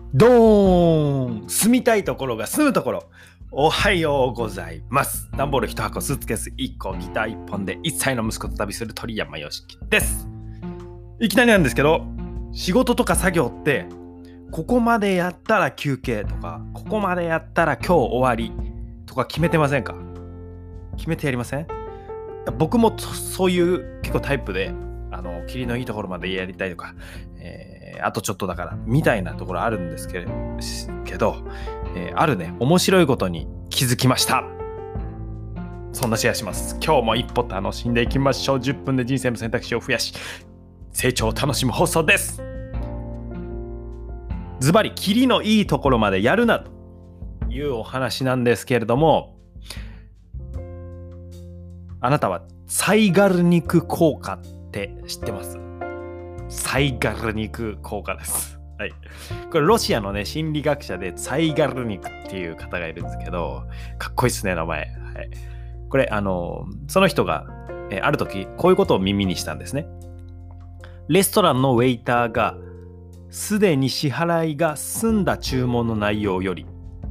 ドーン、住みたいところが住むところ。おはようございます。段ボール1箱、スーツケース1個、ギター1本で1歳の息子と旅する鳥山よしきです。いきなりなんですけど、仕事とか作業ってここまでやったら休憩とか、ここまでやったら今日終わりとか決めてませんか？決めてやりません？僕もそういう結構タイプで、霧のいいところまでやりたいとか、あとちょっとだからみたいなところあるんですけど、あるね、面白いことに気づきました。そんなシェアします。今日も一歩楽しんでいきましょう。10分で人生の選択肢を増やし成長を楽しむ放送です。ズバリ霧のいいところまでやるなというお話なんですけれども、あなたはサイガルニク効果って知ってます？サイガルニク効果です。はい。これロシアのね、心理学者でサイガルニクっていう方がいるんですけど、かっこいいですね、名前。はい。これ、その人が、ある時、こういうことを耳にしたんですね。レストランのウェイターが、すでに支払いが済んだ注文の内容より、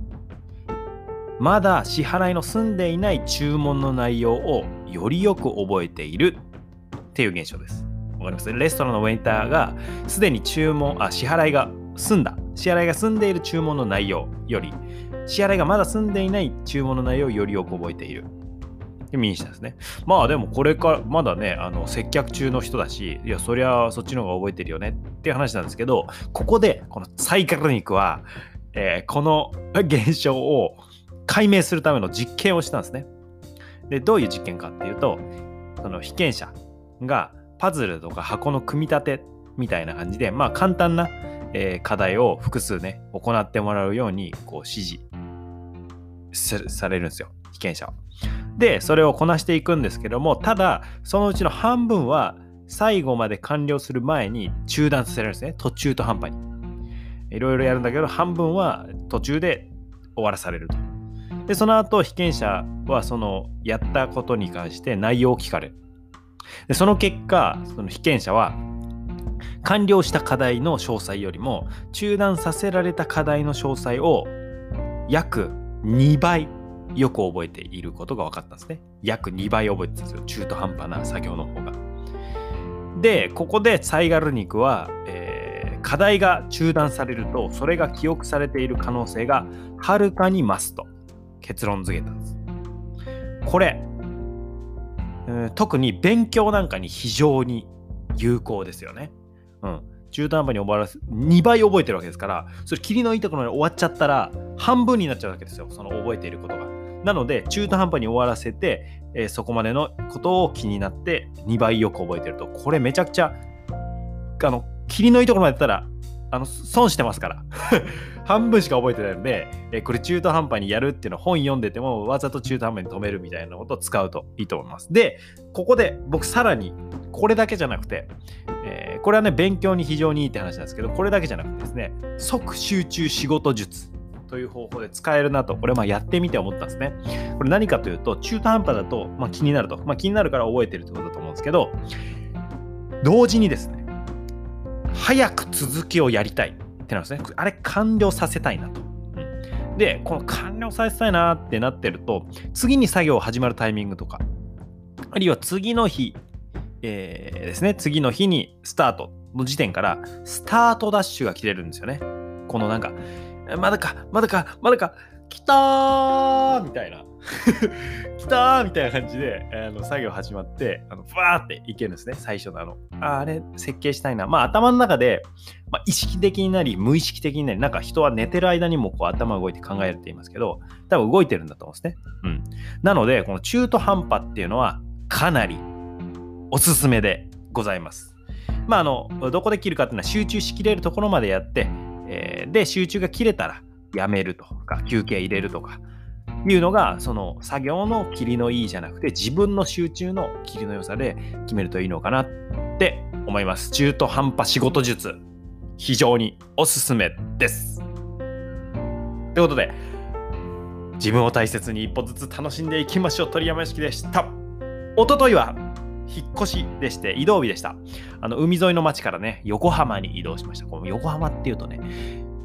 まだ支払いの済んでいない注文の内容をよりよく覚えているっていう現象です。わかります？レストランのウェイターがすでに支払いが済んでいる注文の内容より、支払いがまだ済んでいない注文の内容をよりよく覚えているって耳にしたんですね。まあでもこれからまだね、接客中の人だし、いやそりゃそっちの方が覚えてるよねっていう話なんですけど、ここでこのサイカルニクは、この現象を解明するための実験をしたんですね。で、どういう実験かっていうと、その被験者がパズルとか箱の組み立てみたいな感じで、まあ簡単な、課題を複数ね、行ってもらうようにこう指示されるんですよ、被験者は。で、それをこなしていくんですけども、ただそのうちの半分は最後まで完了する前に中断させられるんですね。途中途半端に。いろいろやるんだけど、半分は途中で終わらされると。で、その後被験者はそのやったことに関して内容を聞かれる。で、その結果、その被験者は完了した課題の詳細よりも中断させられた課題の詳細を約2倍よく覚えていることが分かったんですね。約2倍覚えてたんですよ。中途半端な作業の方が。で、ここでサイガルニクは、課題が中断されるとそれが記憶されている可能性がはるかに増すと結論付けたんです。これ、特に勉強なんかに非常に有効ですよね。中途半端に2倍覚えてるわけですから、それ霧のいいところに終わっちゃったら半分になっちゃうわけですよ、その覚えていることが。なので中途半端に終わらせて、そこまでのことを気になって2倍よく覚えてると、これめちゃくちゃ霧のいいところまでやったら損してますから半分しか覚えてないので、これ中途半端にやるっていうのを本読んでてもわざと中途半端に止めるみたいなことを使うといいと思います。で、ここで僕さらにこれだけじゃなくて、これはね勉強に非常にいいって話なんですけど、これだけじゃなくてですね、即集中仕事術という方法で使えるなと、これやってみて思ったんですね。これ何かというと、中途半端だと、気になると、気になるから覚えてるってことだと思うんですけど、同時にですね、早く続きをやりたいってなんですね。あれ完了させたいなと。で、この完了させたいなってなってると、次に作業始まるタイミングとか、あるいは次の日、ですね、次の日にスタートの時点からスタートダッシュが切れるんですよね。このまだか来たーみたいな来たーみたいな感じで、作業始まって、バーっていけるんですね。最初のあれ設計したいな。頭の中で、意識的になり、無意識的になり、人は寝てる間にもこう頭動いて考えるって言いますけど、多分動いてるんだと思うんですね。なので、この中途半端っていうのはかなりおすすめでございます。どこで切るかっていうのは集中しきれるところまでやって、で、集中が切れたらやめるとか、休憩入れるとか、いうのがその作業の霧のいいじゃなくて自分の集中の霧の良さで決めるといいのかなって思います。中途半端仕事術、非常におすすめです。ということで、自分を大切に一歩ずつ楽しんでいきましょう。鳥山よしきでした。一昨日は引っ越しでして移動日でした。海沿いの町からね、横浜に移動しました。この横浜っていうとね、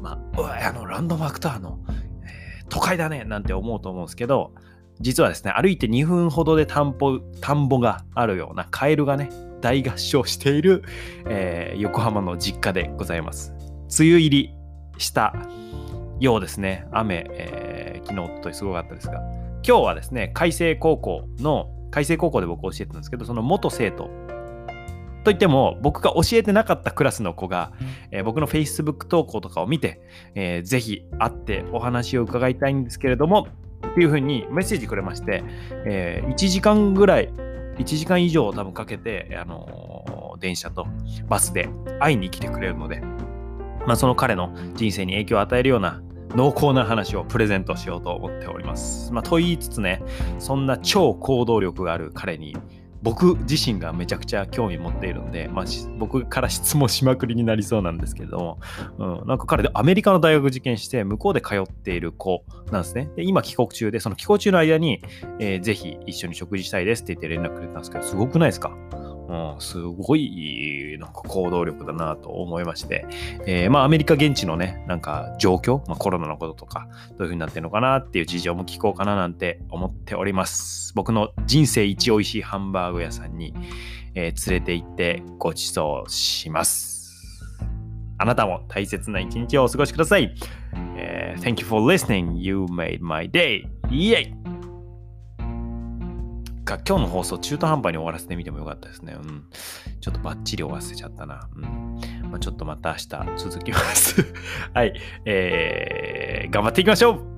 ランドマークタワーの、都会だねなんて思うと思うんですけど、実はですね、歩いて2分ほどで田んぼがあるようなカエルがね、大合唱している、横浜の実家でございます。梅雨入りしたようですね。雨、昨日、おとといすごかったですが、今日はですね、海星高校で僕教えてたんですけど、その元生徒といっても、僕が教えてなかったクラスの子が、僕の Facebook 投稿とかを見て、ぜひ会ってお話を伺いたいんですけれども、っていう風にメッセージくれまして、1時間以上多分かけて、電車とバスで会いに来てくれるので、その彼の人生に影響を与えるような濃厚な話をプレゼントしようと思っております。と言いつつね、そんな超行動力がある彼に僕自身がめちゃくちゃ興味持っているんで、僕から質問しまくりになりそうなんですけれども、なんか彼でアメリカの大学受験して向こうで通っている子なんですね。で、今帰国中で、その帰国中の間に、ぜひ一緒に食事したいですって言って連絡くれたんですけど、すごくないですか？すごいなんか行動力だなと思いまして、アメリカ現地のね、なんか状況、コロナのこととかどういう風になってるのかなっていう事情も聞こうかななんて思っております。僕の人生一美味しいハンバーグ屋さんに、連れて行ってご馳走します。あなたも大切な一日をお過ごしください。Thank you for listening. You made my day. イエイ！今日の放送中途半端に終わらせてみてもよかったですね。ちょっとバッチリ終わらせちゃったな。ちょっとまた明日続きます。はい、頑張っていきましょう。